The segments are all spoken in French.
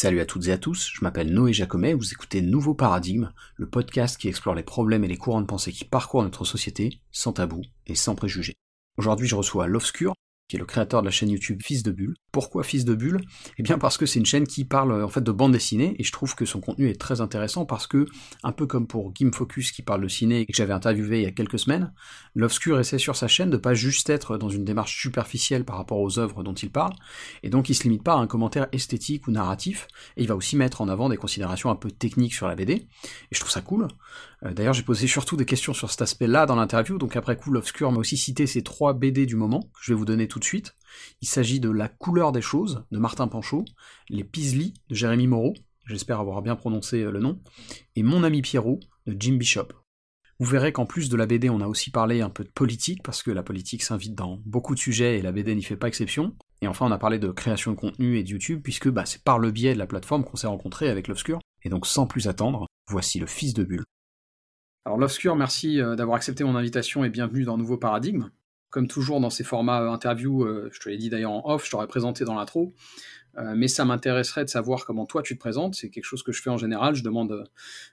Salut à toutes et à tous, je m'appelle Noé Jacomet, vous écoutez Nouveau Paradigme, le podcast qui explore les problèmes et les courants de pensée qui parcourent notre société, sans tabou et sans préjugés. Aujourd'hui je reçois Lofscure, qui est le créateur de la chaîne YouTube Fils de Bulle. Pourquoi Fils de Bulle ? Eh bien parce que c'est une chaîne qui parle en fait de bande dessinée, et je trouve que son contenu est très intéressant parce que, un peu comme pour Game Focus qui parle de ciné et que j'avais interviewé il y a quelques semaines, Lofscure essaie sur sa chaîne de pas juste être dans une démarche superficielle par rapport aux œuvres dont il parle, et donc il se limite pas à un commentaire esthétique ou narratif, et il va aussi mettre en avant des considérations un peu techniques sur la BD, et je trouve ça cool. D'ailleurs j'ai posé surtout des questions sur cet aspect-là dans l'interview, donc après coup Lofscure m'a aussi cité ses 3 BD du moment, que je vais vous donner tout de suite. Il s'agit de La couleur des choses, de Martin Panchaud, Les Pislis, de Jérémy Moreau, j'espère avoir bien prononcé le nom, et Mon ami Pierrot, de Jim Bishop. Vous verrez qu'en plus de la BD, on a aussi parlé un peu de politique, parce que la politique s'invite dans beaucoup de sujets et la BD n'y fait pas exception. Et enfin, on a parlé de création de contenu et de YouTube, puisque c'est par le biais de la plateforme qu'on s'est rencontrés avec Lofscure. Et donc, sans plus attendre, voici le Fils de Bulle. Alors Lofscure, merci d'avoir accepté mon invitation et bienvenue dans Nouveau Paradigme. Comme toujours dans ces formats interview, je te l'ai dit d'ailleurs en off, je t'aurais présenté dans l'intro, mais ça m'intéresserait de savoir comment toi tu te présentes, c'est quelque chose que je fais en général, je demande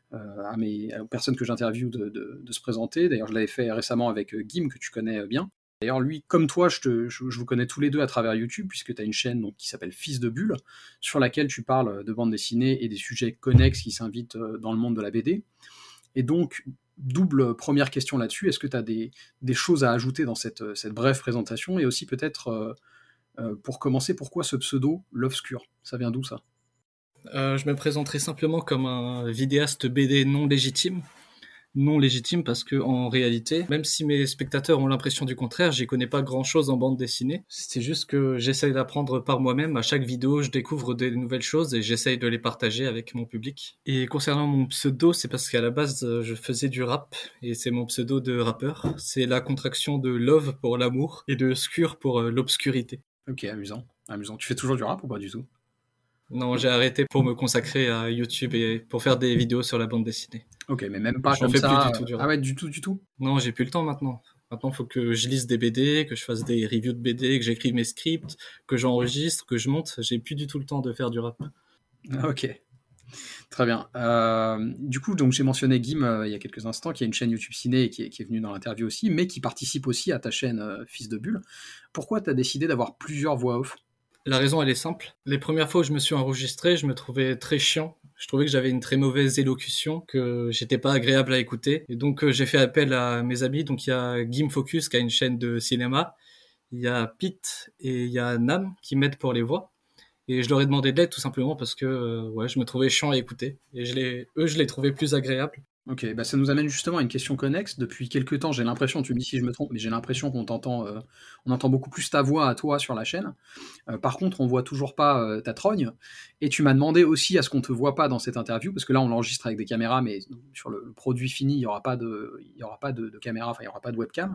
aux personnes que j'interviewe de se présenter, d'ailleurs je l'avais fait récemment avec Guim, que tu connais bien. D'ailleurs lui, comme toi, je vous connais tous les deux à travers YouTube, puisque tu as une chaîne donc, qui s'appelle Fils de Bulle, sur laquelle tu parles de bande dessinée et des sujets connexes qui s'invitent dans le monde de la BD. Et donc, double première question là-dessus, est-ce que tu as des choses à ajouter dans cette brève présentation, et aussi peut-être, pour commencer, pourquoi ce pseudo, Lofscure ? Ça vient d'où ça ? Je me présenterai simplement comme un vidéaste BD non légitime. Non légitime parce que, en réalité, même si mes spectateurs ont l'impression du contraire, j'y connais pas grand-chose en bande dessinée. C'est juste que j'essaye d'apprendre par moi-même. À chaque vidéo, je découvre des nouvelles choses et j'essaye de les partager avec mon public. Et concernant mon pseudo, c'est parce qu'à la base, je faisais du rap et c'est mon pseudo de rappeur. C'est la contraction de love pour l'amour et de scure pour l'obscurité. Ok, amusant. Tu fais toujours du rap ou pas du tout ? Non, j'ai arrêté pour me consacrer à YouTube et pour faire des vidéos sur la bande dessinée. Ok, mais même pas J'en comme fais plus ça. du tout du rap. Ah ouais, du tout ? Non, j'ai plus le temps maintenant. Maintenant, il faut que je lise des BD, que je fasse des reviews de BD, que j'écrive mes scripts, que j'enregistre, que je monte. J'ai plus du tout le temps de faire du rap. Ok, très bien. Du coup, donc j'ai mentionné Guim il y a quelques instants, qui a une chaîne YouTube Ciné et qui est venu dans l'interview aussi, mais qui participe aussi à ta chaîne Fils de Bulle. Pourquoi tu as décidé d'avoir plusieurs voix off ? La raison, elle est simple. Les premières fois où je me suis enregistré, je me trouvais très chiant. Je trouvais que j'avais une très mauvaise élocution, que j'étais pas agréable à écouter. Et donc, j'ai fait appel à mes amis. Donc, il y a Game Focus, qui a une chaîne de cinéma. Il y a Pete et il y a Nam, qui m'aident pour les voix. Et je leur ai demandé de l'aide tout simplement parce que je me trouvais chiant à écouter. Et je les trouvais plus agréables. Ok, ça nous amène justement à une question connexe. Depuis quelques temps, j'ai l'impression, tu me dis si je me trompe, mais j'ai l'impression qu'on t'entend, on entend beaucoup plus ta voix à toi sur la chaîne. Par contre, on voit toujours pas ta trogne. Et tu m'as demandé aussi à ce qu'on te voit pas dans cette interview, parce que là, on l'enregistre avec des caméras, mais sur le produit fini, il y aura pas de caméra, enfin, il y aura pas de webcam.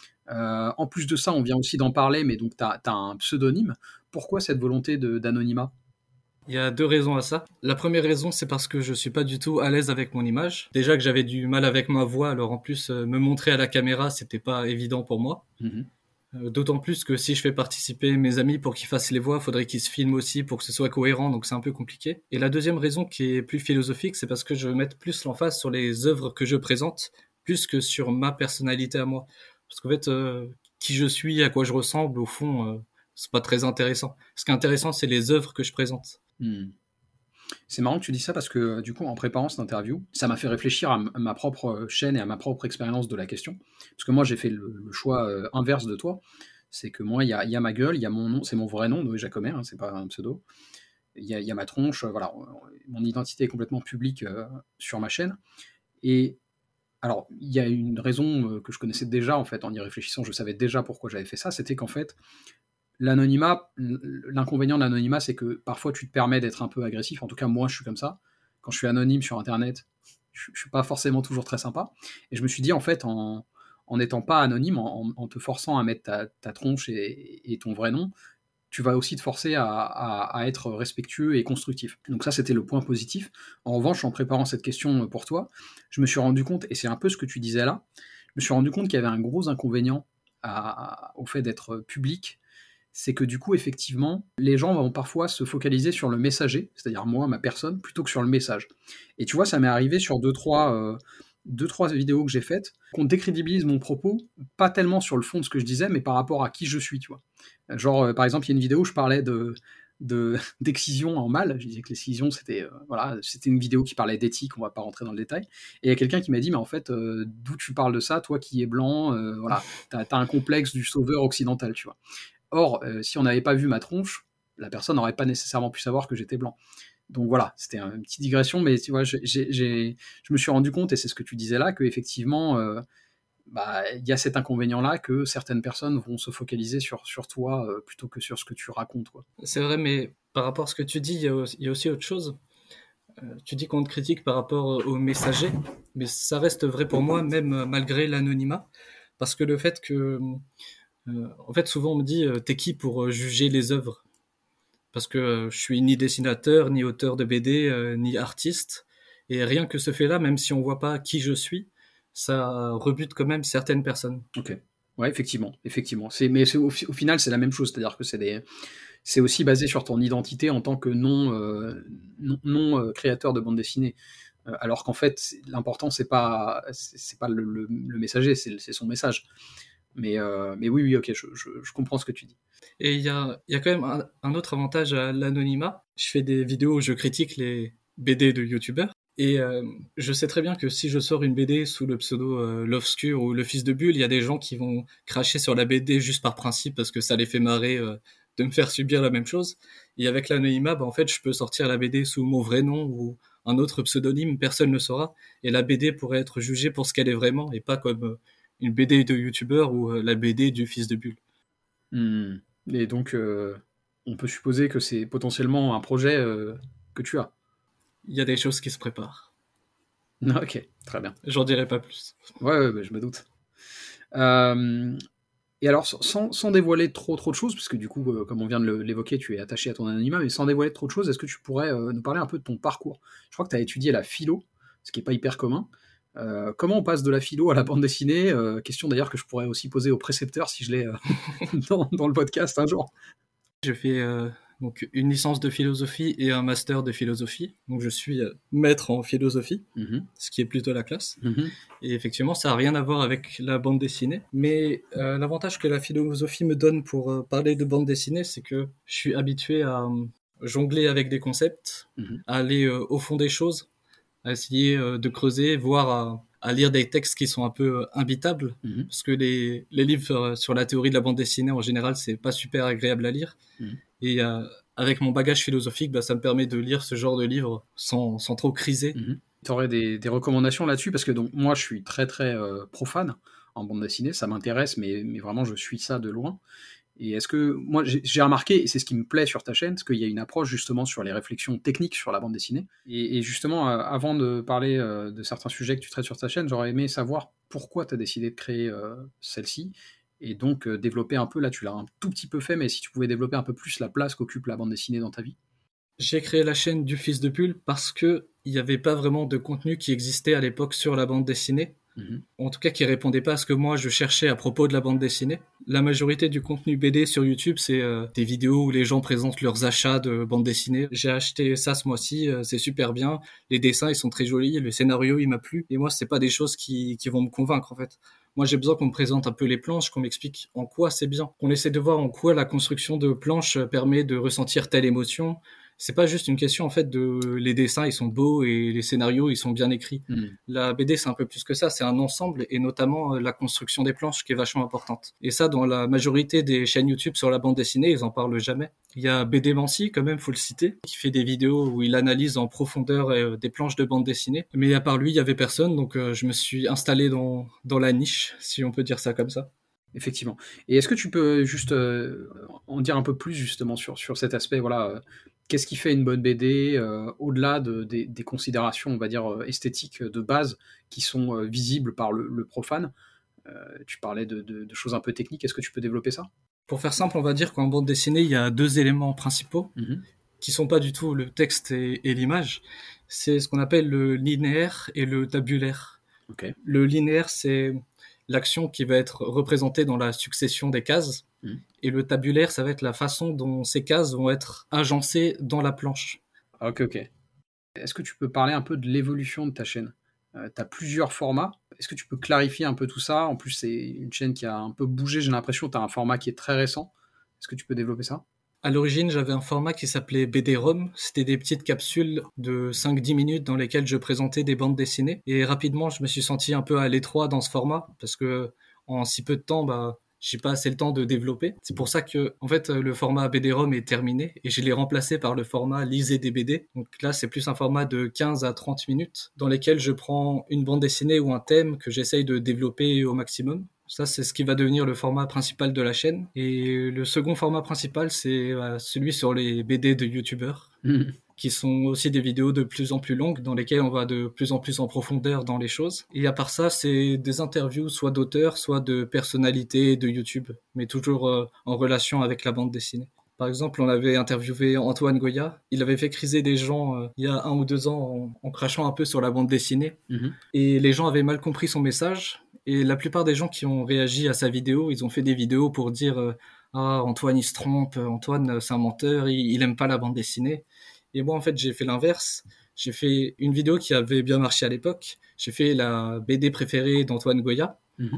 En plus de ça, on vient aussi d'en parler, mais donc t'as un pseudonyme. Pourquoi cette volonté d'anonymat ? Il y a 2 raisons à ça. La première raison, c'est parce que je suis pas du tout à l'aise avec mon image. Déjà que j'avais du mal avec ma voix, alors en plus, me montrer à la caméra, c'était pas évident pour moi. Mmh. D'autant plus que si je fais participer mes amis pour qu'ils fassent les voix, faudrait qu'ils se filment aussi pour que ce soit cohérent, donc c'est un peu compliqué. Et la deuxième raison qui est plus philosophique, c'est parce que je veux mettre plus l'emphase sur les œuvres que je présente, plus que sur ma personnalité à moi. Parce qu'en fait, qui je suis, à quoi je ressemble, au fond, c'est pas très intéressant. Ce qui est intéressant, c'est les œuvres que je présente. Mmh. C'est marrant que tu dis ça parce que du coup, en préparant cette interview, ça m'a fait réfléchir à ma propre chaîne et à ma propre expérience de la question. Parce que moi, j'ai fait le choix inverse de toi. C'est que moi, il y a ma gueule, il y a mon nom, c'est mon vrai nom, Noé Jacomet, c'est pas un pseudo. Il y a ma tronche, voilà. Mon identité est complètement publique sur ma chaîne. Et alors, il y a une raison que je connaissais déjà, en fait, en y réfléchissant, je savais déjà pourquoi j'avais fait ça, c'était qu'en fait, l'anonymat, l'inconvénient de l'anonymat, c'est que parfois tu te permets d'être un peu agressif. En tout cas, moi, je suis comme ça. Quand je suis anonyme sur Internet, je suis pas forcément toujours très sympa. Et je me suis dit, en fait, en n'étant pas anonyme, en te forçant à mettre ta tronche et ton vrai nom, tu vas aussi te forcer à être respectueux et constructif. Donc ça, c'était le point positif. En revanche, en préparant cette question pour toi, je me suis rendu compte, et c'est un peu ce que tu disais là, je me suis rendu compte qu'il y avait un gros inconvénient au fait d'être public, c'est que du coup, effectivement, les gens vont parfois se focaliser sur le messager, c'est-à-dire moi, ma personne, plutôt que sur le message. Et tu vois, ça m'est arrivé sur deux, trois vidéos que j'ai faites, qu'on décrédibilise mon propos, pas tellement sur le fond de ce que je disais, mais par rapport à qui je suis, tu vois. Genre, par exemple, il y a une vidéo où je parlais d'excision en mal. Je disais que l'excision, c'était une vidéo qui parlait d'éthique, on va pas rentrer dans le détail. Et il y a quelqu'un qui m'a dit, mais en fait, d'où tu parles de ça, toi qui es blanc, voilà, t'as un complexe du sauveur occidental, tu vois. Or, si on n'avait pas vu ma tronche, la personne n'aurait pas nécessairement pu savoir que j'étais blanc. Donc voilà, c'était une petite digression, mais tu vois, je me suis rendu compte, et c'est ce que tu disais là, qu'effectivement, il y a cet inconvénient-là que certaines personnes vont se focaliser sur toi plutôt que sur ce que tu racontes, quoi. C'est vrai, mais par rapport à ce que tu dis, il y a aussi autre chose. Tu dis qu'on te critique par rapport aux messagers, mais ça reste vrai pour moi, même malgré l'anonymat, parce que le fait que, en fait, souvent on me dit, t'es qui pour juger les œuvres? Parce que je suis ni dessinateur, ni auteur de BD, ni artiste, et rien que ce fait-là, même si on voit pas qui je suis, ça rebute quand même certaines personnes. Ok. Ouais, effectivement, effectivement. Mais au final, c'est la même chose, c'est-à-dire que c'est aussi basé sur ton identité en tant que non créateur de bande dessinée. Alors qu'en fait, l'important, c'est pas le messager, c'est son message. Mais oui, ok, je comprends ce que tu dis. Et il y a quand même un autre avantage à l'anonymat. Je fais des vidéos où je critique les BD de youtubeurs. Et je sais très bien que si je sors une BD sous le pseudo L'Obscur ou Le Fils de Bulle, il y a des gens qui vont cracher sur la BD juste par principe parce que ça les fait marrer de me faire subir la même chose. Et avec l'anonymat, en fait, je peux sortir la BD sous mon vrai nom ou un autre pseudonyme, personne ne le saura. Et la BD pourrait être jugée pour ce qu'elle est vraiment et pas comme une BD de youtubeur ou la BD du Fils de Bulle. Hmm. Et donc, on peut supposer que c'est potentiellement un projet que tu as. Il y a des choses qui se préparent. Ok, très bien. J'en dirai pas plus. Ouais, je me doute. Euh, et alors, sans dévoiler trop de choses, parce que du coup, comme on vient de l'évoquer, tu es attaché à ton anonymat, mais sans dévoiler trop de choses, est-ce que tu pourrais nous parler un peu de ton parcours? Je crois que tu as étudié la philo, ce qui n'est pas hyper commun. Comment on passe de la philo à la bande dessinée? Question d'ailleurs que je pourrais aussi poser au précepteur si je l'ai dans le podcast un jour. Je fais donc une licence de philosophie et un master de philosophie. Donc je suis maître en philosophie, ce qui est plutôt la classe. Et effectivement, ça n'a rien à voir avec la bande dessinée. Mais l'avantage que la philosophie me donne pour parler de bande dessinée, c'est que je suis habitué à jongler avec des concepts, à aller au fond des choses, à essayer de creuser, voire à lire des textes qui sont un peu imbitables, parce que les livres sur la théorie de la bande dessinée, en général, c'est pas super agréable à lire. Et avec mon bagage philosophique, ça me permet de lire ce genre de livres sans trop criser. Tu aurais des recommandations là-dessus? Parce que donc, moi, je suis très, très profane en bande dessinée, ça m'intéresse, mais vraiment, je suis ça de loin. Et est-ce que, moi, j'ai remarqué, et c'est ce qui me plaît sur ta chaîne, c'est qu'il y a une approche justement sur les réflexions techniques sur la bande dessinée. Et justement, avant de parler de certains sujets que tu traites sur ta chaîne, j'aurais aimé savoir pourquoi tu as décidé de créer celle-ci, et donc développer un peu, là tu l'as un tout petit peu fait, mais si tu pouvais développer un peu plus la place qu'occupe la bande dessinée dans ta vie. J'ai créé la chaîne du Fils de Bulle parce que il n'y avait pas vraiment de contenu qui existait à l'époque sur la bande dessinée. En tout cas, qui répondait pas à ce que moi je cherchais à propos de la bande dessinée. La majorité du contenu BD sur YouTube, c'est des vidéos où les gens présentent leurs achats de bande dessinée. J'ai acheté ça ce mois-ci, c'est super bien. Les dessins, ils sont très jolis, le scénario, il m'a plu. Et moi, c'est pas des choses qui vont me convaincre, en fait. Moi, j'ai besoin qu'on me présente un peu les planches, qu'on m'explique en quoi c'est bien. Qu'on essaie de voir en quoi la construction de planches permet de ressentir telle émotion. C'est pas juste une question, en fait, de les dessins, ils sont beaux et les scénarios, ils sont bien écrits. La BD, c'est un peu plus que ça, c'est un ensemble, et notamment la construction des planches qui est vachement importante. Et ça, dans la majorité des chaînes YouTube sur la bande dessinée, ils en parlent jamais. Il y a BD Mancy, quand même, faut le citer, qui fait des vidéos où il analyse en profondeur des planches de bande dessinée. Mais à part lui, il y avait personne, donc je me suis installé dans la niche, si on peut dire ça comme ça. Effectivement. Et est-ce que tu peux juste en dire un peu plus justement sur cet aspect, voilà, qu'est-ce qui fait une bonne BD, au-delà des considérations, on va dire, esthétiques de base, qui sont visibles par le profane? Tu parlais de choses un peu techniques, est-ce que tu peux développer ça? Pour faire simple, on va dire qu'en bande dessinée, il y a deux éléments principaux qui sont pas du tout le texte et l'image. C'est ce qu'on appelle le linéaire et le tabulaire. Ok. Le linéaire, c'est l'action qui va être représentée dans la succession des cases. Et le tabulaire, ça va être la façon dont ces cases vont être agencées dans la planche. Ok. Est-ce que tu peux parler un peu de l'évolution de ta chaîne? Tu as plusieurs formats. Est-ce que tu peux clarifier un peu tout ça? En plus, c'est une chaîne qui a un peu bougé, j'ai l'impression. Tu as un format qui est très récent. Est-ce que tu peux développer ça? À l'origine, j'avais un format qui s'appelait BD-ROM. C'était des petites capsules de 5-10 minutes dans lesquelles je présentais des bandes dessinées. Et rapidement, je me suis senti un peu à l'étroit dans ce format parce que en si peu de temps, j'ai pas assez le temps de développer. C'est pour ça que, en fait, le format BD-ROM est terminé et je l'ai remplacé par le format Lisez des BD. Donc là, c'est plus un format de 15 à 30 minutes dans lesquels je prends une bande dessinée ou un thème que j'essaye de développer au maximum. Ça, c'est ce qui va devenir le format principal de la chaîne. Et le second format principal, c'est celui sur les BD de youtubeurs, qui sont aussi des vidéos de plus en plus longues, dans lesquelles on va de plus en plus en profondeur dans les choses. Et à part ça, c'est des interviews soit d'auteurs, soit de personnalités de YouTube, mais toujours en relation avec la bande dessinée. Par exemple, on avait interviewé Antoine Goya. Il avait fait criser des gens il y a 1 ou 2 ans en crachant un peu sur la bande dessinée. Et les gens avaient mal compris son message. Et la plupart des gens qui ont réagi à sa vidéo, ils ont fait des vidéos pour dire ah, Antoine il se trompe, Antoine c'est un menteur, il aime pas la bande dessinée. Et moi en fait j'ai fait l'inverse. J'ai fait une vidéo qui avait bien marché à l'époque. J'ai fait la BD préférée d'Antoine Goya.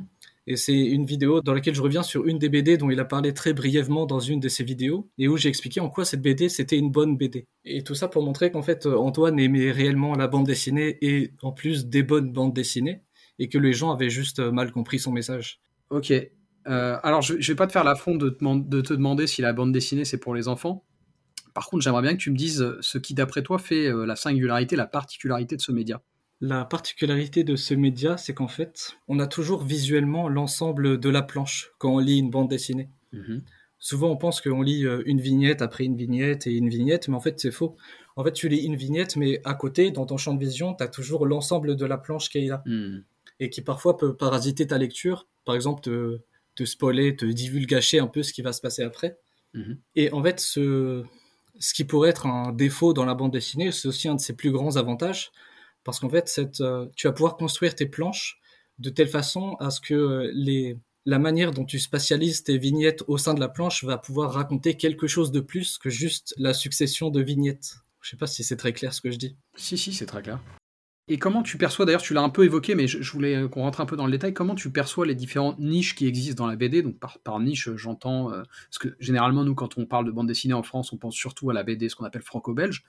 Et c'est une vidéo dans laquelle je reviens sur une des BD dont il a parlé très brièvement dans une de ses vidéos et où j'ai expliqué en quoi cette BD c'était une bonne BD. Et tout ça pour montrer qu'en fait Antoine aimait réellement la bande dessinée et en plus des bonnes bandes dessinées et que les gens avaient juste mal compris son message. Ok. Alors, je vais pas te faire l'affront de te demander si la bande dessinée c'est pour les enfants. Par contre, j'aimerais bien que tu me dises ce qui, d'après toi, fait la singularité, la particularité de ce média. La particularité de ce média, c'est qu'en fait, on a toujours visuellement l'ensemble de la planche quand on lit une bande dessinée. Souvent, on pense qu'on lit une vignette après une vignette et une vignette, mais en fait, c'est faux. En fait, tu lis une vignette, mais à côté, dans ton champ de vision, tu as toujours l'ensemble de la planche qui est là. Et qui parfois peut parasiter ta lecture, par exemple te spoiler, te divulgacher un peu ce qui va se passer après. Et en fait, ce qui pourrait être un défaut dans la bande dessinée, c'est aussi un de ses plus grands avantages, parce qu'en fait, tu vas pouvoir construire tes planches de telle façon à ce que la manière dont tu spatialises tes vignettes au sein de la planche va pouvoir raconter quelque chose de plus que juste la succession de vignettes. Je sais pas si c'est très clair ce que je dis. Si, c'est très clair. Et comment tu perçois, d'ailleurs tu l'as un peu évoqué, mais je voulais qu'on rentre un peu dans le détail, comment tu perçois les différentes niches qui existent dans la BD? Donc par niche, j'entends, parce que généralement nous quand on parle de bande dessinée en France, on pense surtout à la BD, ce qu'on appelle franco-belge,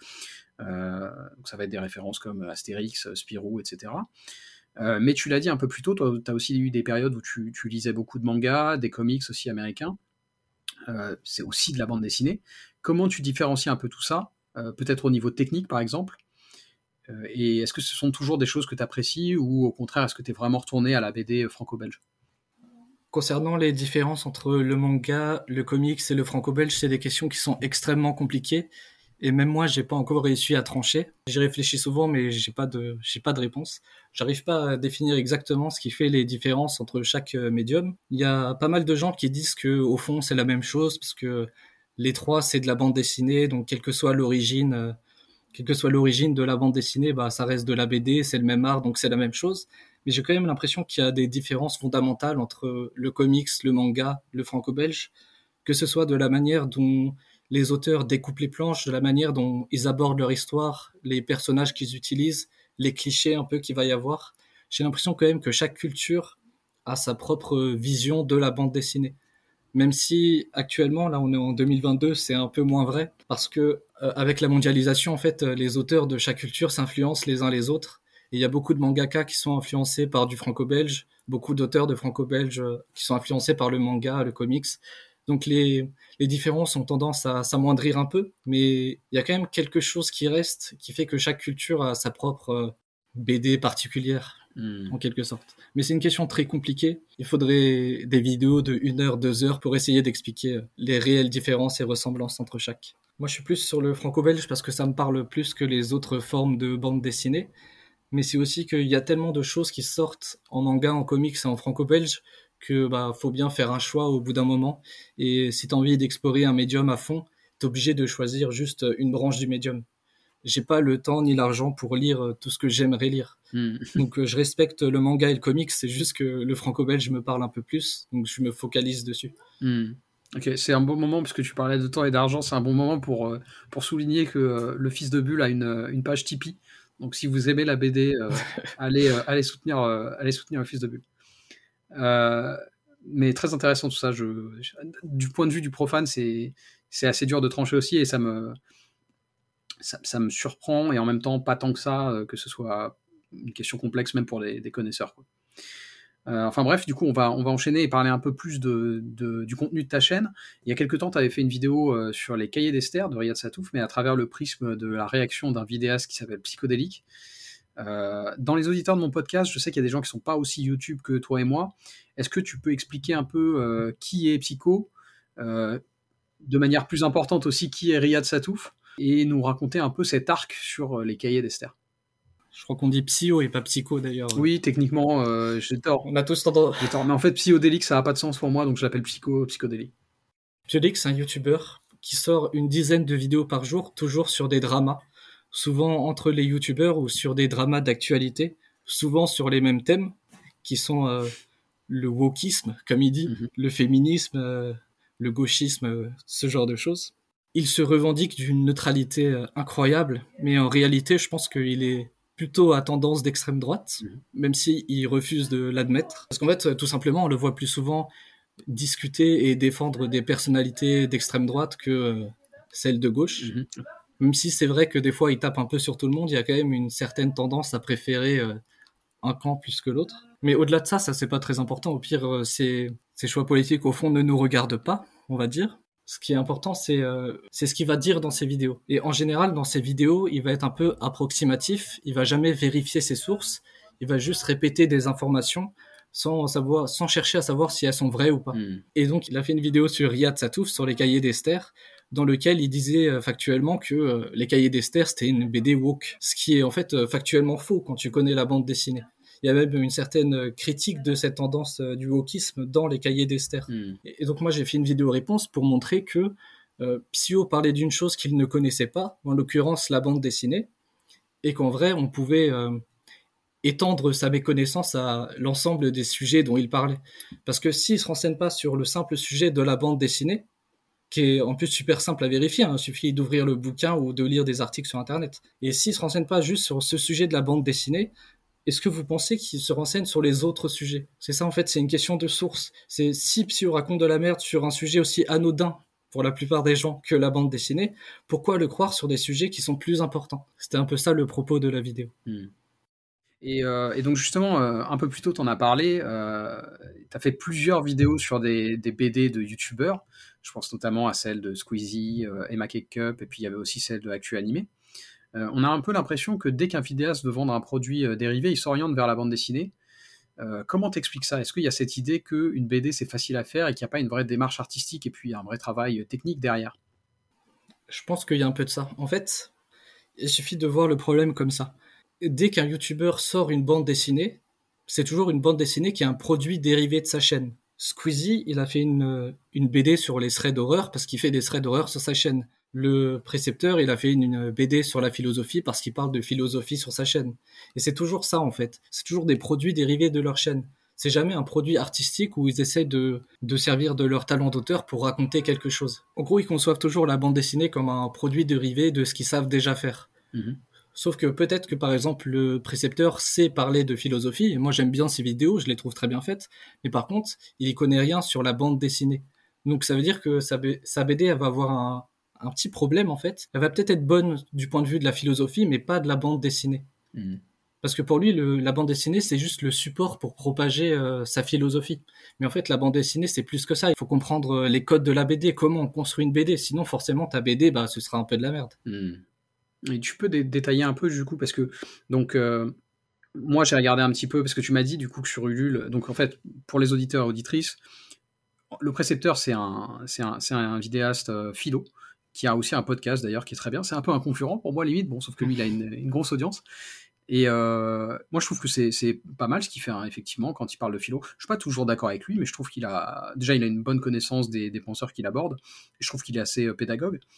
donc ça va être des références comme Astérix, Spirou, etc. Mais tu l'as dit un peu plus tôt, toi tu as aussi eu des périodes où tu lisais beaucoup de mangas, des comics aussi américains, c'est aussi de la bande dessinée. Comment tu différencies un peu tout ça, peut-être au niveau technique par exemple? Et est-ce que ce sont toujours des choses que tu apprécies ou au contraire, est-ce que tu es vraiment retourné à la BD franco-belge? Concernant les différences entre le manga, le comics et le franco-belge, c'est des questions qui sont extrêmement compliquées. Et même moi, j'ai pas encore réussi à trancher. J'y réfléchis souvent, mais j'ai pas de réponse. J'arrive pas à définir exactement ce qui fait les différences entre chaque médium. Il y a pas mal de gens qui disent que, au fond, c'est la même chose, parce que les trois, c'est de la bande dessinée, donc quelle que soit l'origine de la bande dessinée, ça reste de la BD, c'est le même art, donc c'est la même chose. Mais j'ai quand même l'impression qu'il y a des différences fondamentales entre le comics, le manga, le franco-belge, que ce soit de la manière dont les auteurs découpent les planches, de la manière dont ils abordent leur histoire, les personnages qu'ils utilisent, les clichés un peu qu'il va y avoir. J'ai l'impression quand même que chaque culture a sa propre vision de la bande dessinée. Même si actuellement, là on est en 2022, c'est un peu moins vrai, parce que avec la mondialisation, en fait, les auteurs de chaque culture s'influencent les uns les autres. Et il y a beaucoup de mangaka qui sont influencés par du franco-belge, beaucoup d'auteurs de franco-belge qui sont influencés par le manga, le comics. Donc les différences ont tendance à s'amoindrir un peu, mais il y a quand même quelque chose qui reste, qui fait que chaque culture a sa propre BD particulière, en quelque sorte. Mais c'est une question très compliquée. Il faudrait des vidéos de 1 heure, 2 heures pour essayer d'expliquer les réelles différences et ressemblances entre chaque. Moi, je suis plus sur le franco-belge parce que ça me parle plus que les autres formes de bande dessinée. Mais c'est aussi qu'il y a tellement de choses qui sortent en manga, en comics et en franco-belge que faut bien faire un choix au bout d'un moment. Et si tu as envie d'explorer un médium à fond, t'es obligé de choisir juste une branche du médium. j'ai pas le temps ni l'argent pour lire tout ce que j'aimerais lire. Mm. Donc je respecte le manga et le comics, c'est juste que le franco-belge me parle un peu plus, donc je me focalise dessus. Ok, c'est un bon moment, parce que tu parlais de temps et d'argent, c'est un bon moment pour souligner que le Fils de Bulle a une page Tipeee. Donc si vous aimez la BD, allez soutenir le Fils de Bulle. Mais très intéressant tout ça. Du point de vue du profane, c'est assez dur de trancher aussi, et ça me surprend, et en même temps pas tant que ça, que ce soit une question complexe même pour des connaisseurs, quoi. Enfin bref, du coup, on va enchaîner et parler un peu plus du contenu de ta chaîne. Il y a quelques temps, tu avais fait une vidéo sur les cahiers d'Esther de Riyad Satouf, mais à travers le prisme de la réaction d'un vidéaste qui s'appelle Psychodélique. Dans les auditeurs de mon podcast, je sais qu'il y a des gens qui sont pas aussi YouTube que toi et moi. Est-ce que tu peux expliquer un peu qui est Psycho, de manière plus importante aussi qui est Riyad Satouf, et nous raconter un peu cet arc sur les cahiers d'Esther? Je crois qu'on dit psyo et pas psycho d'ailleurs. Oui, techniquement, j'ai tort. On a tous tendance. J'ai tort. Mais en fait, psychodélique, ça n'a pas de sens pour moi, donc je l'appelle psychodélique. Psychodélique, c'est un youtubeur qui sort une dizaine de vidéos par jour, toujours sur des dramas, souvent entre les youtubeurs ou sur des dramas d'actualité, souvent sur les mêmes thèmes, qui sont le wokisme, comme il dit, le féminisme, le gauchisme, ce genre de choses. Il se revendique d'une neutralité incroyable, mais en réalité, je pense qu'il est plutôt à tendance d'extrême droite, même s'il refuse de l'admettre. Parce qu'en fait, tout simplement, on le voit plus souvent discuter et défendre des personnalités d'extrême droite que celles de gauche. Même si c'est vrai que des fois, il tape un peu sur tout le monde, il y a quand même une certaine tendance à préférer un camp plus que l'autre. Mais au-delà de ça, c'est pas très important. Au pire, ces choix politiques, au fond, ne nous regardent pas, on va dire. Ce qui est important, c'est ce qu'il va dire dans ses vidéos. Et en général, dans ses vidéos, il va être un peu approximatif. Il va jamais vérifier ses sources. Il va juste répéter des informations sans chercher à savoir si elles sont vraies ou pas. Et donc, il a fait une vidéo sur Riyad Satouf, sur les cahiers d'Esther, dans lequel il disait factuellement que les cahiers d'Esther, c'était une BD woke. Ce qui est en fait factuellement faux quand tu connais la bande dessinée. Il y a même une certaine critique de cette tendance du wokisme dans les cahiers d'Esther. Et donc moi, j'ai fait une vidéo réponse pour montrer que Psyo parlait d'une chose qu'il ne connaissait pas, en l'occurrence la bande dessinée, et qu'en vrai, on pouvait étendre sa méconnaissance à l'ensemble des sujets dont il parlait. Parce que s'il se renseigne pas sur le simple sujet de la bande dessinée, qui est en plus super simple à vérifier, il suffit d'ouvrir le bouquin ou de lire des articles sur Internet. Et s'il se renseigne pas juste sur ce sujet de la bande dessinée, est-ce que vous pensez qu'il se renseigne sur les autres sujets? C'est ça en fait, c'est une question de source. C'est si Psyo raconte de la merde sur un sujet aussi anodin pour la plupart des gens que la bande dessinée, pourquoi le croire sur des sujets qui sont plus importants? C'était un peu ça le propos de la vidéo. Et donc justement, un peu plus tôt, tu en as parlé, tu as fait plusieurs vidéos sur des BD de youtubeurs. Je pense notamment à celle de Squeezie, Emma Cake Cup, et puis il y avait aussi celle de Actu Animé. On a un peu l'impression que dès qu'un vidéaste veut vendre un produit dérivé, il s'oriente vers la bande dessinée. Comment t'expliques ça? Est-ce qu'il y a cette idée qu'une BD c'est facile à faire et qu'il n'y a pas une vraie démarche artistique et puis un vrai travail technique derrière? Je pense qu'il y a un peu de ça. En fait, il suffit de voir le problème comme ça. Dès qu'un youtubeur sort une bande dessinée, c'est toujours une bande dessinée qui est un produit dérivé de sa chaîne. Squeezie, il a fait une BD sur les threads d'horreur parce qu'il fait des threads d'horreur sur sa chaîne. Le précepteur, il a fait une BD sur la philosophie parce qu'il parle de philosophie sur sa chaîne. Et c'est toujours ça, en fait. C'est toujours des produits dérivés de leur chaîne. C'est jamais un produit artistique où ils essaient de servir de leur talent d'auteur pour raconter quelque chose. En gros, ils conçoivent toujours la bande dessinée comme un produit dérivé de ce qu'ils savent déjà faire. Sauf que peut-être que par exemple le précepteur sait parler de philosophie, et moi j'aime bien ses vidéos, je les trouve très bien faites, mais par contre il y connaît rien sur la bande dessinée. Donc ça veut dire que sa BD elle va avoir un petit problème en fait. Elle va peut-être être bonne du point de vue de la philosophie, mais pas de la bande dessinée. Parce que pour lui, la bande dessinée, c'est juste le support pour propager sa philosophie. Mais en fait, la bande dessinée, c'est plus que ça. Il faut comprendre les codes de la BD, comment on construit une BD. Sinon, forcément, ta BD, ce sera un peu de la merde. Et tu peux détailler un peu du coup, parce que donc moi j'ai regardé un petit peu, parce que tu m'as dit du coup que sur Ulule, donc en fait pour les auditeurs et auditrices, le précepteur c'est un vidéaste philo qui a aussi un podcast d'ailleurs qui est très bien. C'est un peu un concurrent pour moi limite, bon, sauf que lui il a une grosse audience. Et moi je trouve que c'est pas mal ce qu'il fait, hein, effectivement, quand il parle de philo. Je suis pas toujours d'accord avec lui, mais je trouve qu'il a une bonne connaissance des penseurs qu'il aborde, et je trouve qu'il est assez pédagogue.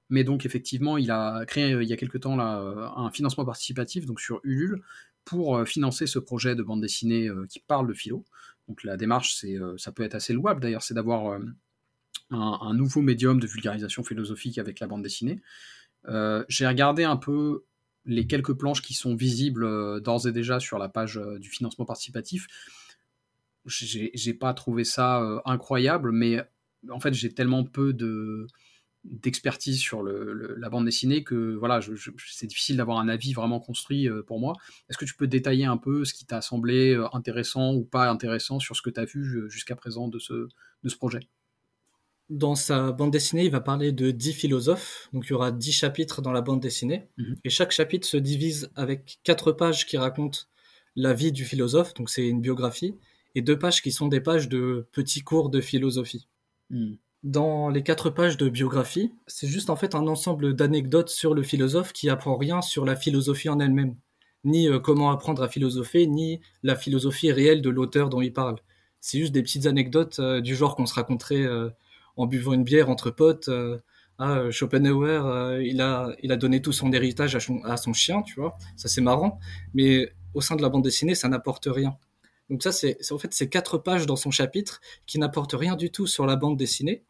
mais donc effectivement, il a créé il y a quelque temps là, un financement participatif donc sur Ulule pour financer ce projet de bande dessinée qui parle de philo. Donc la démarche, ça peut être assez louable d'ailleurs, c'est d'avoir un nouveau médium de vulgarisation philosophique avec la bande dessinée. J'ai regardé un peu les quelques planches qui sont visibles d'ores et déjà sur la page du financement participatif. J'ai pas trouvé ça incroyable, mais en fait j'ai tellement peu d'expertise sur la bande dessinée que voilà, c'est difficile d'avoir un avis vraiment construit pour moi. Est-ce que tu peux détailler un peu ce qui t'a semblé intéressant ou pas intéressant sur ce que tu as vu jusqu'à présent de ce projet? Dans sa bande dessinée, il va parler de 10 philosophes. Donc il y aura 10 chapitres dans la bande dessinée. Et chaque chapitre se divise avec 4 pages qui racontent la vie du philosophe, donc c'est une biographie, et 2 pages qui sont des pages de petits cours de philosophie. Dans les 4 pages de biographie, c'est juste en fait un ensemble d'anecdotes sur le philosophe qui apprend rien sur la philosophie en elle-même, ni comment apprendre à philosopher, ni la philosophie réelle de l'auteur dont il parle. C'est juste des petites anecdotes du genre qu'on se raconterait en buvant une bière entre potes. Schopenhauer, il a donné tout son héritage à son chien, tu vois. Ça, c'est marrant. Mais au sein de la bande dessinée, ça n'apporte rien. Donc ça, c'est en fait ces 4 pages dans son chapitre qui n'apportent rien du tout sur la bande dessinée,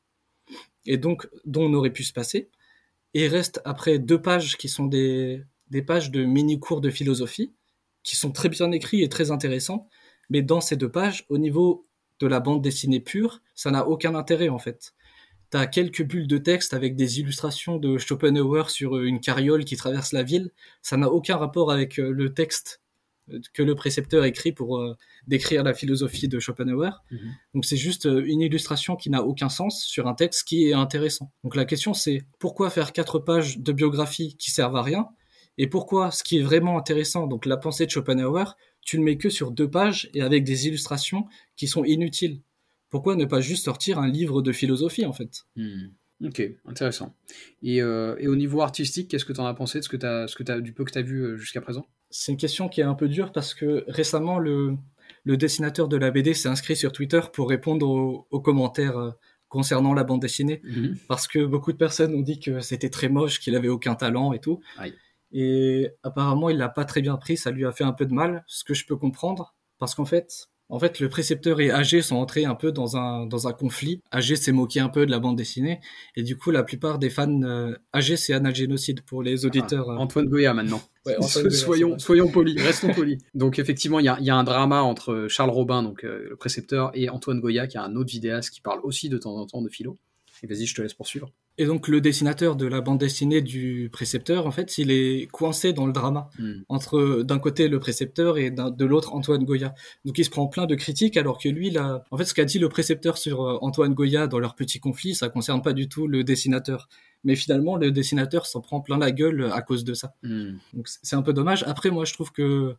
et donc dont on aurait pu se passer. Et il reste après 2 pages qui sont des pages de mini-cours de philosophie, qui sont très bien écrits et très intéressants. Mais dans ces 2 pages, au niveau de la bande dessinée pure, ça n'a aucun intérêt en fait. T'as quelques bulles de texte avec des illustrations de Schopenhauer sur une carriole qui traverse la ville. Ça n'a aucun rapport avec le texte que le précepteur écrit pour décrire la philosophie de Schopenhauer. Donc c'est juste une illustration qui n'a aucun sens sur un texte qui est intéressant. Donc la question c'est pourquoi faire 4 pages de biographie qui servent à rien, et pourquoi ce qui est vraiment intéressant, donc la pensée de Schopenhauer, tu ne mets que sur 2 pages et avec des illustrations qui sont inutiles. Pourquoi ne pas juste sortir un livre de philosophie, en fait? Ok, intéressant. Et au niveau artistique, qu'est-ce que tu en as pensé de du peu que tu as vu jusqu'à présent? C'est une question qui est un peu dure parce que récemment, le dessinateur de la BD s'est inscrit sur Twitter pour répondre aux commentaires concernant la bande dessinée, parce que beaucoup de personnes ont dit que c'était très moche, qu'il avait aucun talent et tout. Aïe. Et apparemment, il l'a pas très bien pris, ça lui a fait un peu de mal, ce que je peux comprendre, parce qu'en fait, le précepteur et AG sont entrés un peu dans un conflit. AG s'est moqué un peu de la bande dessinée, et du coup, la plupart des fans, AG c'est Analgénocide pour les auditeurs. Antoine Goya maintenant. Ouais, Antoine Goya, soyons polis, restons polis. Donc effectivement, il y a un drama entre Charles Robin, donc le précepteur, et Antoine Goya, qui est un autre vidéaste qui parle aussi de temps en temps de philo. Et vas-y, je te laisse poursuivre. Et donc le dessinateur de la bande dessinée du précepteur, en fait, il est coincé dans le drama entre d'un côté le précepteur et de l'autre Antoine Goya. Donc il se prend plein de critiques alors que lui, en fait, ce qu'a dit le précepteur sur Antoine Goya dans leur petit conflit, ça concerne pas du tout le dessinateur. Mais finalement, le dessinateur s'en prend plein la gueule à cause de ça. Donc c'est un peu dommage. Après, moi, je trouve que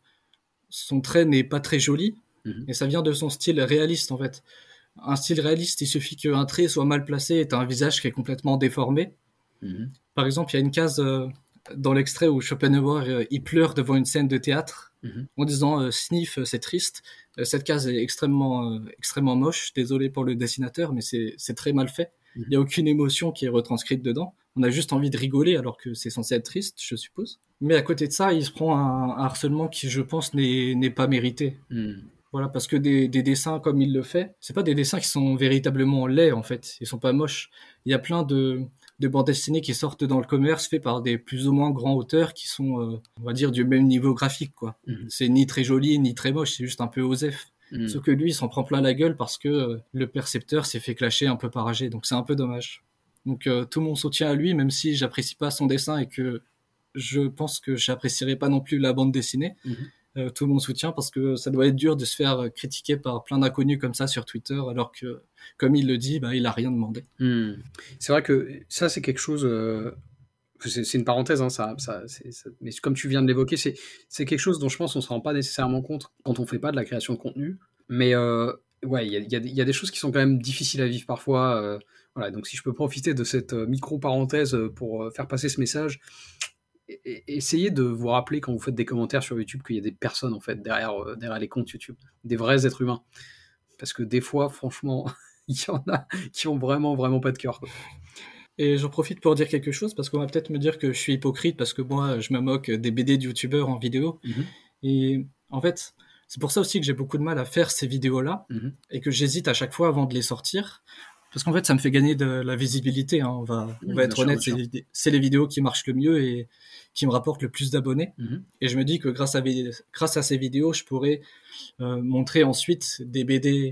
son trait n'est pas très joli, et ça vient de son style réaliste, en fait. Un style réaliste, il suffit qu'un trait soit mal placé et t'as un visage qui est complètement déformé. Par exemple, il y a une case dans l'extrait où Schopenhauer il pleure devant une scène de théâtre en disant Sniff, c'est triste. Cette case est extrêmement moche. Désolé pour le dessinateur, mais c'est très mal fait. Il n'y a aucune émotion qui est retranscrite dedans. On a juste envie de rigoler alors que c'est censé être triste, je suppose. Mais à côté de ça, il se prend un harcèlement qui, je pense, n'est pas mérité. Voilà, parce que des dessins comme il le fait, c'est pas des dessins qui sont véritablement laids, en fait. Ils sont pas moches. Il y a plein de bandes dessinées qui sortent dans le commerce, faits par des plus ou moins grands auteurs qui sont, on va dire, du même niveau graphique, quoi. C'est ni très joli, ni très moche, c'est juste un peu osef. Sauf que lui, il s'en prend plein la gueule parce que le percepteur s'est fait clasher un peu par AG, donc c'est un peu dommage. Donc tout mon soutien à lui, même si j'apprécie pas son dessin et que je pense que j'apprécierais pas non plus la bande dessinée. Tout mon soutien, parce que ça doit être dur de se faire critiquer par plein d'inconnus comme ça sur Twitter, alors que, comme il le dit, il a rien demandé. C'est vrai que ça, c'est quelque chose... c'est une parenthèse, hein, mais comme tu viens de l'évoquer, c'est quelque chose dont je pense on se rend pas nécessairement compte quand on fait pas de la création de contenu. Mais ouais, il y a des choses qui sont quand même difficiles à vivre parfois. Voilà, donc si je peux profiter de cette micro-parenthèse pour faire passer ce message... Essayez de vous rappeler quand vous faites des commentaires sur YouTube qu'il y a des personnes en fait derrière les comptes YouTube, des vrais êtres humains. Parce que des fois, franchement, il y en a qui ont vraiment pas de cœur, quoi. Et j'en profite pour dire quelque chose, parce qu'on va peut-être me dire que je suis hypocrite, parce que moi, je me moque des BD de youtubeurs en vidéo. Et en fait, c'est pour ça aussi que j'ai beaucoup de mal à faire ces vidéos-là, et que j'hésite à chaque fois avant de les sortir. Parce qu'en fait, ça me fait gagner de la visibilité, hein. On va être sûr, honnête, bien sûr. c'est les vidéos qui marchent le mieux et qui me rapportent le plus d'abonnés. Et je me dis que grâce à ces vidéos, je pourrais montrer ensuite des BD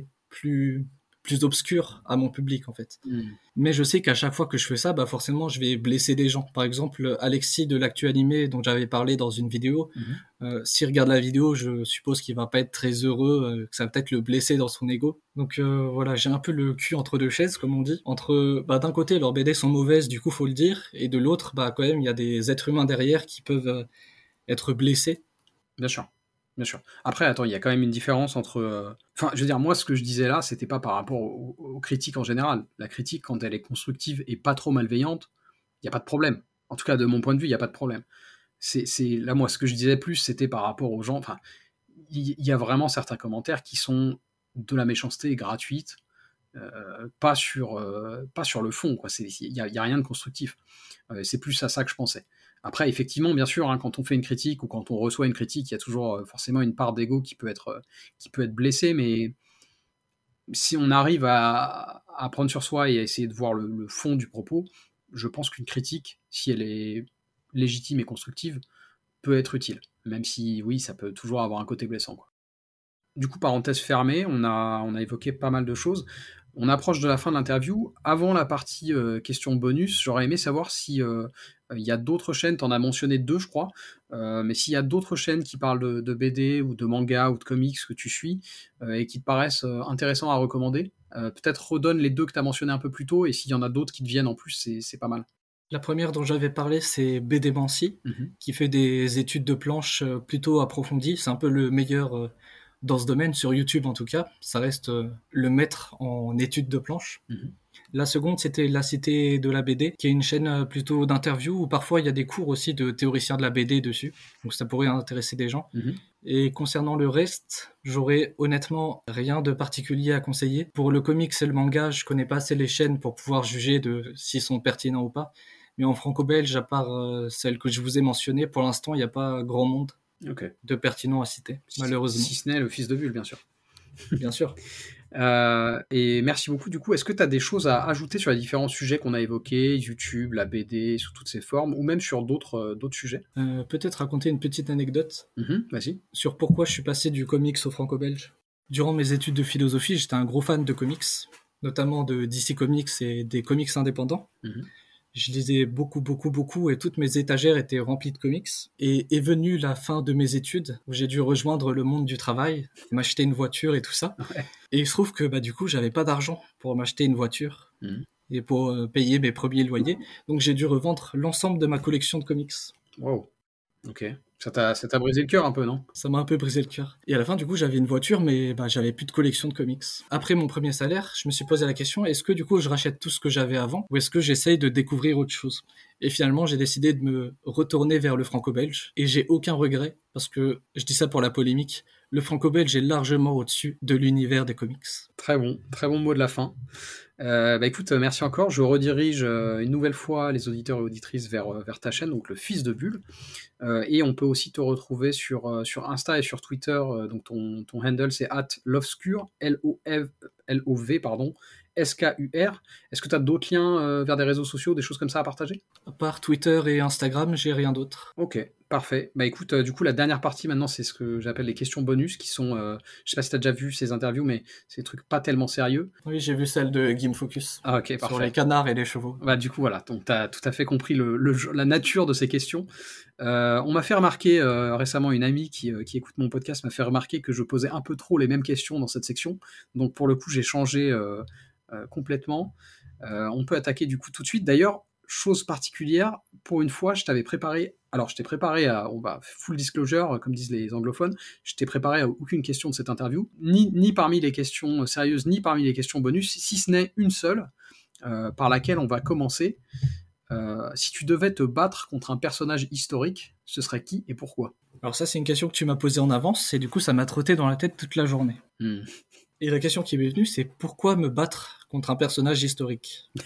plus obscurs à mon public, en fait. Mais je sais qu'à chaque fois que je fais ça, bah forcément, je vais blesser des gens. Par exemple, Alexis de l'actu animé, dont j'avais parlé dans une vidéo, s'il regarde la vidéo, je suppose qu'il va pas être très heureux, que ça va peut-être le blesser dans son ego. Donc voilà, j'ai un peu le cul entre deux chaises, comme on dit. Entre, bah, d'un côté, leurs BD sont mauvaises, du coup, faut le dire, et de l'autre, bah, quand même, il y a des êtres humains derrière qui peuvent être blessés. Bien sûr. Bien sûr. Après, attends, il y a quand même une différence entre... Enfin, je veux dire, moi, ce que je disais là, c'était pas par rapport aux critiques en général. La critique, quand elle est constructive et pas trop malveillante, il n'y a pas de problème. En tout cas, de mon point de vue, il n'y a pas de problème. Là, moi, ce que je disais plus, c'était par rapport aux gens... Enfin, il y a vraiment certains commentaires qui sont de la méchanceté gratuite, pas sur le fond, quoi. Il y a rien de constructif. C'est plus à ça que je pensais. Après, effectivement, bien sûr, hein, quand on fait une critique ou quand on reçoit une critique, il y a toujours forcément une part d'ego qui peut être blessée, mais si on arrive à prendre sur soi et à essayer de voir le fond du propos, je pense qu'une critique, si elle est légitime et constructive, peut être utile, même si, oui, ça peut toujours avoir un côté blessant, quoi. Du coup, parenthèse fermée, on a évoqué pas mal de choses. On approche de la fin de l'interview. Avant la partie question bonus, j'aurais aimé savoir si il y a d'autres chaînes, t'en as mentionné 2, je crois, mais s'il y a d'autres chaînes qui parlent de BD ou de manga ou de comics que tu suis et qui te paraissent intéressants à recommander. Peut-être redonne les 2 que tu as mentionné un peu plus tôt, et s'il y en a d'autres qui te viennent en plus, c'est pas mal. La première dont j'avais parlé, c'est BD Mancy, qui fait des études de planche plutôt approfondies. C'est un peu le meilleur dans ce domaine, sur YouTube en tout cas. Ça reste le maître en études de planche. La seconde, c'était La Cité de la BD, qui est une chaîne plutôt d'interviews, où parfois il y a des cours aussi de théoriciens de la BD dessus. Donc ça pourrait intéresser des gens. Et concernant le reste, j'aurais honnêtement rien de particulier à conseiller. Pour le comics et le manga, je connais pas assez les chaînes pour pouvoir juger de s'ils sont pertinents ou pas. Mais en franco-belge, à part celle que je vous ai mentionnée, pour l'instant, il n'y a pas grand monde de pertinent à citer, malheureusement. Si ce n'est le fils de Bulle, bien sûr. Bien sûr. Et merci beaucoup. Du coup, est-ce que tu as des choses à ajouter sur les différents sujets qu'on a évoqués, YouTube, la BD, sous toutes ses formes, ou même sur d'autres sujets? Peut-être raconter une petite anecdote Vas-y. sur pourquoi je suis passé du comics au franco-belge. Durant mes études de philosophie, j'étais un gros fan de comics, notamment de DC Comics et des comics indépendants. Je lisais beaucoup, et toutes mes étagères étaient remplies de comics. Et est venue la fin de mes études, où j'ai dû rejoindre le monde du travail, m'acheter une voiture et tout ça. Ouais. Et il se trouve que du coup, j'avais pas d'argent pour m'acheter une voiture et pour payer mes premiers loyers. Donc j'ai dû revendre l'ensemble de ma collection de comics. Wow. Ok. Ça t'a brisé le cœur un peu, non? Ça m'a un peu brisé le cœur. Et à la fin, du coup, j'avais une voiture, mais j'avais plus de collection de comics. Après mon premier salaire, je me suis posé la question, est-ce que du coup, je rachète tout ce que j'avais avant, ou est-ce que j'essaye de découvrir autre chose? Et finalement, j'ai décidé de me retourner vers le franco-belge, et j'ai aucun regret, parce que, je dis ça pour la polémique, le franco-belge est largement au-dessus de l'univers des comics. Très bon mot de la fin. Écoute, merci encore. Je redirige une nouvelle fois les auditeurs et auditrices vers ta chaîne, donc le Fils de Bulle. Et on peut aussi te retrouver sur Insta et sur Twitter. Donc ton handle, c'est @lovescure, Lov, pardon, SKUR. Est-ce que tu as d'autres liens vers des réseaux sociaux, des choses comme ça à partager? À part Twitter et Instagram, j'ai rien d'autre. Ok, parfait. Écoute, du coup, la dernière partie maintenant, c'est ce que j'appelle les questions bonus, qui sont, je sais pas si tu as déjà vu ces interviews, mais c'est des trucs pas tellement sérieux. Oui, j'ai vu celle de Game Focus. Ah ok, parfait. Sur les canards et les chevaux. Du coup, voilà, donc tu as tout à fait compris la nature de ces questions. On m'a fait remarquer récemment, une amie qui écoute mon podcast m'a fait remarquer que je posais un peu trop les mêmes questions dans cette section. Donc pour le coup, j'ai changé complètement. On peut attaquer du coup tout de suite. D'ailleurs, chose particulière, pour une fois, je t'ai préparé à, full disclosure, comme disent les anglophones, je t'ai préparé à aucune question de cette interview, ni parmi les questions sérieuses, ni parmi les questions bonus, si ce n'est une seule, par laquelle on va commencer. Si tu devais te battre contre un personnage historique, ce serait qui et pourquoi? Alors ça, c'est une question que tu m'as posée en avance, et du coup, ça m'a trotté dans la tête toute la journée. Et la question qui m'est venue, c'est pourquoi me battre contre un personnage historique?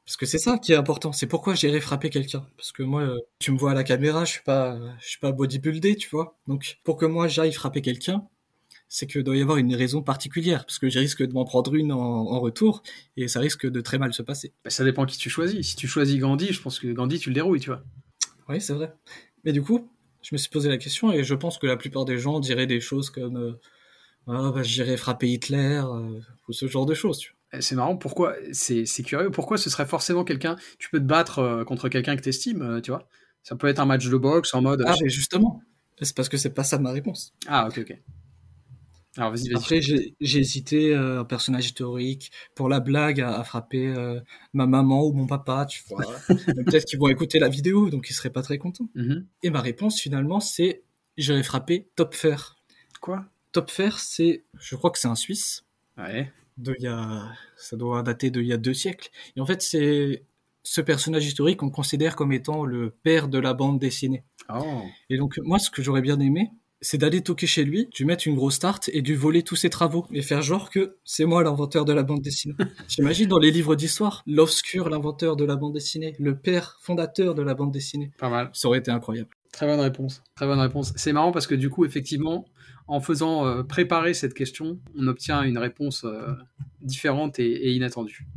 Parce que c'est ça qui est important. C'est pourquoi j'irai frapper quelqu'un. Parce que moi, tu me vois à la caméra, je suis pas bodybuildé, tu vois. Donc, pour que moi j'aille frapper quelqu'un, c'est que doit y avoir une raison particulière. Parce que je risque de m'en prendre une en retour, et ça risque de très mal se passer. Bah, ça dépend qui tu choisis. Si tu choisis Gandhi, je pense que Gandhi, tu le dérouilles, tu vois. Oui, c'est vrai. Mais du coup, je me suis posé la question, et je pense que la plupart des gens diraient des choses comme ah, bah, j'irai frapper Hitler, ou ce genre de choses, tu vois. C'est marrant, pourquoi, c'est curieux, pourquoi ce serait forcément quelqu'un, tu peux te battre contre quelqu'un que t'estimes, tu vois. Ça peut être un match de boxe en mode... Ah, mais justement, c'est parce que c'est pas ça ma réponse. Ah, ok, ok. Alors vas-y, je Après, t'écoute. j'ai hésité, un personnage historique, pour la blague, à frapper ma maman ou mon papa, tu vois. Mais peut-être qu'ils vont écouter la vidéo, donc ils seraient pas très contents. Mhm. Et ma réponse, finalement, c'est j'aurais frappé Topfer. Quoi? Topfer, je crois que c'est un Suisse, Ouais. ça doit dater d'il y a 2 siècles. Et en fait, c'est ce personnage historique qu'on considère comme étant le père de la bande dessinée. Oh. Et donc, moi, ce que j'aurais bien aimé, c'est d'aller toquer chez lui, de lui mettre une grosse tarte et de lui voler tous ses travaux et faire genre que c'est moi l'inventeur de la bande dessinée. J'imagine dans les livres d'histoire, l'obscur, l'inventeur de la bande dessinée, le père fondateur de la bande dessinée. Pas mal. Ça aurait été incroyable. Très bonne réponse. Très bonne réponse. C'est marrant parce que du coup, effectivement, en faisant préparer cette question, on obtient une réponse différente et inattendue.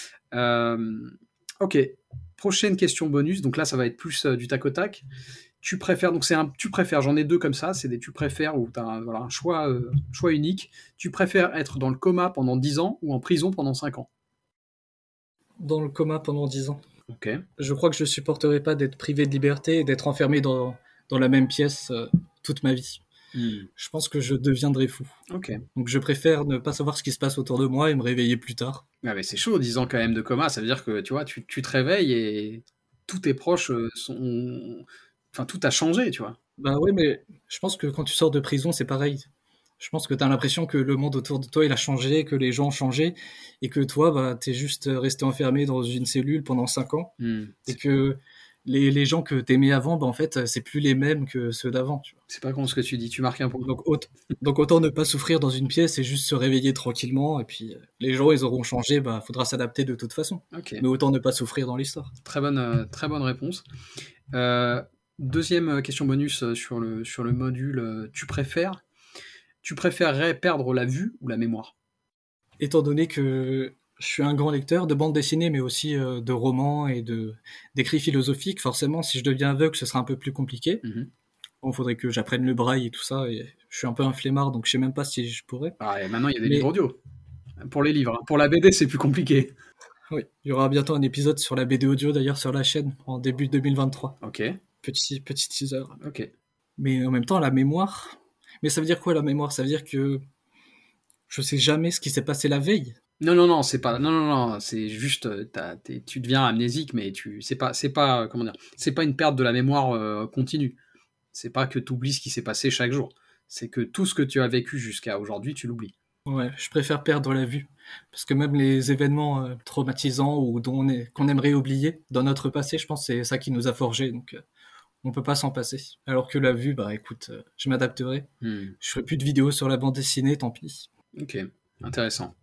Ok. Prochaine question bonus. Donc là, ça va être plus du tac au tac. Tu préfères, donc c'est un tu préfères, j'en ai deux comme ça, c'est des tu préfères où tu as voilà, un choix unique. Tu préfères être dans le coma pendant 10 ans ou en prison pendant 5 ans? Dans le coma pendant 10 ans. Ok. Je crois que je supporterais pas d'être privé de liberté et d'être enfermé dans la même pièce toute ma vie. Hmm. Je pense que je deviendrais fou. Ok. Donc je préfère ne pas savoir ce qui se passe autour de moi et me réveiller plus tard. Ah, mais c'est chaud, 10 ans quand même de coma, ça veut dire que tu vois, tu te réveilles et tous tes proches sont. Enfin, tout a changé, tu vois. Bah ouais, mais je pense que quand tu sors de prison, c'est pareil. Je pense que tu as l'impression que le monde autour de toi, il a changé, que les gens ont changé, et que toi, bah, t'es juste resté enfermé dans une cellule pendant 5 ans, Hmm. et que les gens que t'aimais avant, bah, en fait, c'est plus les mêmes que ceux d'avant, tu vois. C'est pas con ce que tu dis, tu marques un point. Donc autant ne pas souffrir dans une pièce et juste se réveiller tranquillement, et puis les gens, ils auront changé, bah, faudra s'adapter de toute façon. Ok. Mais autant ne pas souffrir dans l'histoire. Très bonne réponse. Deuxième question bonus sur le module tu préférerais perdre la vue ou la mémoire? Étant donné que je suis un grand lecteur de bandes dessinées, mais aussi de romans et d'écrits philosophiques, forcément, si je deviens aveugle, ce sera un peu plus compliqué. Mhm. Bon, faudrait que j'apprenne le braille et tout ça, et je suis un peu un flemmard, donc je sais même pas si je pourrais. Ah, et maintenant, il y a des livres Mais audio. Pour les livres, hein. Pour la BD, c'est plus compliqué. oui, il y aura bientôt un épisode sur la BD audio d'ailleurs sur la chaîne en début 2023. Ok, Petit teaser. ok. Mais en même temps, la mémoire. Mais ça veut dire quoi la mémoire? Ça veut dire que je sais jamais ce qui s'est passé la veille. Non, non, non, c'est pas. Non, non, non, c'est juste. Tu deviens amnésique, mais comment dire. C'est pas une perte de la mémoire continue. C'est pas que tu oublies ce qui s'est passé chaque jour. C'est que tout ce que tu as vécu jusqu'à aujourd'hui, tu l'oublies. Ouais, je préfère perdre la vue. Parce que même les événements traumatisants ou qu'on aimerait oublier dans notre passé, je pense que c'est ça qui nous a forgés. Donc on peut pas s'en passer. Alors que la vue, bah écoute, je m'adapterai. Hmm. Je ferai plus de vidéos sur la bande dessinée, tant pis. Ok, intéressant.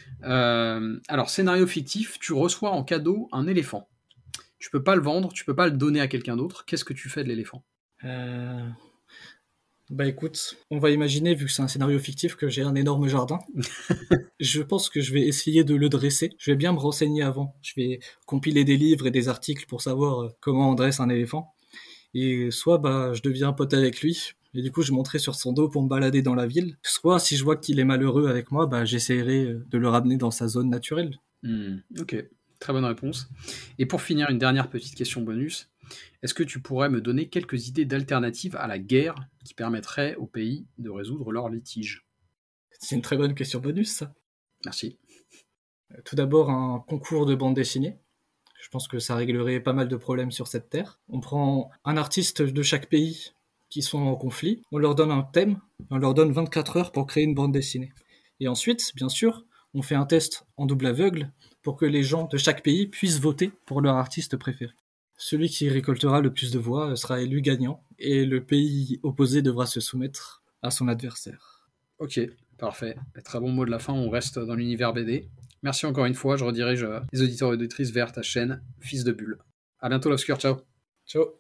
Alors, scénario fictif, tu reçois en cadeau un éléphant. Tu peux pas le vendre, tu peux pas le donner à quelqu'un d'autre. Qu'est-ce que tu fais de l'éléphant? Euh, Bah écoute, on va imaginer, vu que c'est un scénario fictif, que j'ai un énorme jardin. Je pense que je vais essayer de le dresser. Je vais bien me renseigner avant. Je vais compiler des livres et des articles pour savoir comment on dresse un éléphant. Et soit bah je deviens pote avec lui, et du coup je monterai sur son dos pour me balader dans la ville. Soit si je vois qu'il est malheureux avec moi, bah j'essaierai de le ramener dans sa zone naturelle. Ok, très bonne réponse. Et pour finir, une dernière petite question bonus. Est-ce que tu pourrais me donner quelques idées d'alternatives à la guerre qui permettraient aux pays de résoudre leurs litiges? C'est une très bonne question bonus, ça. Merci. Tout d'abord, un concours de bande dessinée. Je pense que ça réglerait pas mal de problèmes sur cette terre. On prend un artiste de chaque pays qui sont en conflit, on leur donne un thème, on leur donne 24 heures pour créer une bande dessinée. Et ensuite, bien sûr, on fait un test en double aveugle pour que les gens de chaque pays puissent voter pour leur artiste préféré. Celui qui récoltera le plus de voix sera élu gagnant, et le pays opposé devra se soumettre à son adversaire. Ok, parfait. Très bon mot de la fin, on reste dans l'univers BD. Merci encore une fois, je redirige les auditeurs et auditrices vers ta chaîne Fils de Bulle. À bientôt l'Obscur, ciao. Ciao.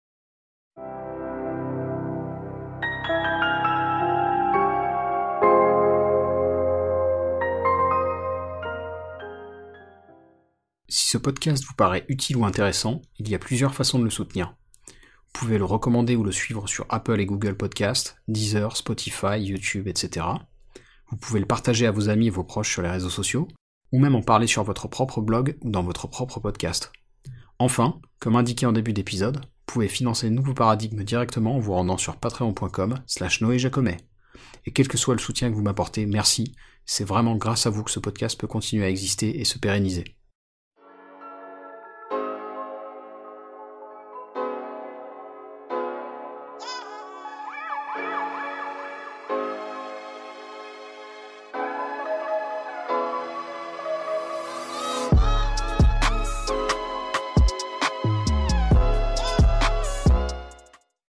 Si ce podcast vous paraît utile ou intéressant, il y a plusieurs façons de le soutenir. Vous pouvez le recommander ou le suivre sur Apple et Google Podcasts, Deezer, Spotify, YouTube, etc. Vous pouvez le partager à vos amis et vos proches sur les réseaux sociaux, ou même en parler sur votre propre blog ou dans votre propre podcast. Enfin, comme indiqué en début d'épisode, vous pouvez financer Nouveau Paradigme directement en vous rendant sur patreon.com/noéjacomet. Et quel que soit le soutien que vous m'apportez, merci, c'est vraiment grâce à vous que ce podcast peut continuer à exister et se pérenniser.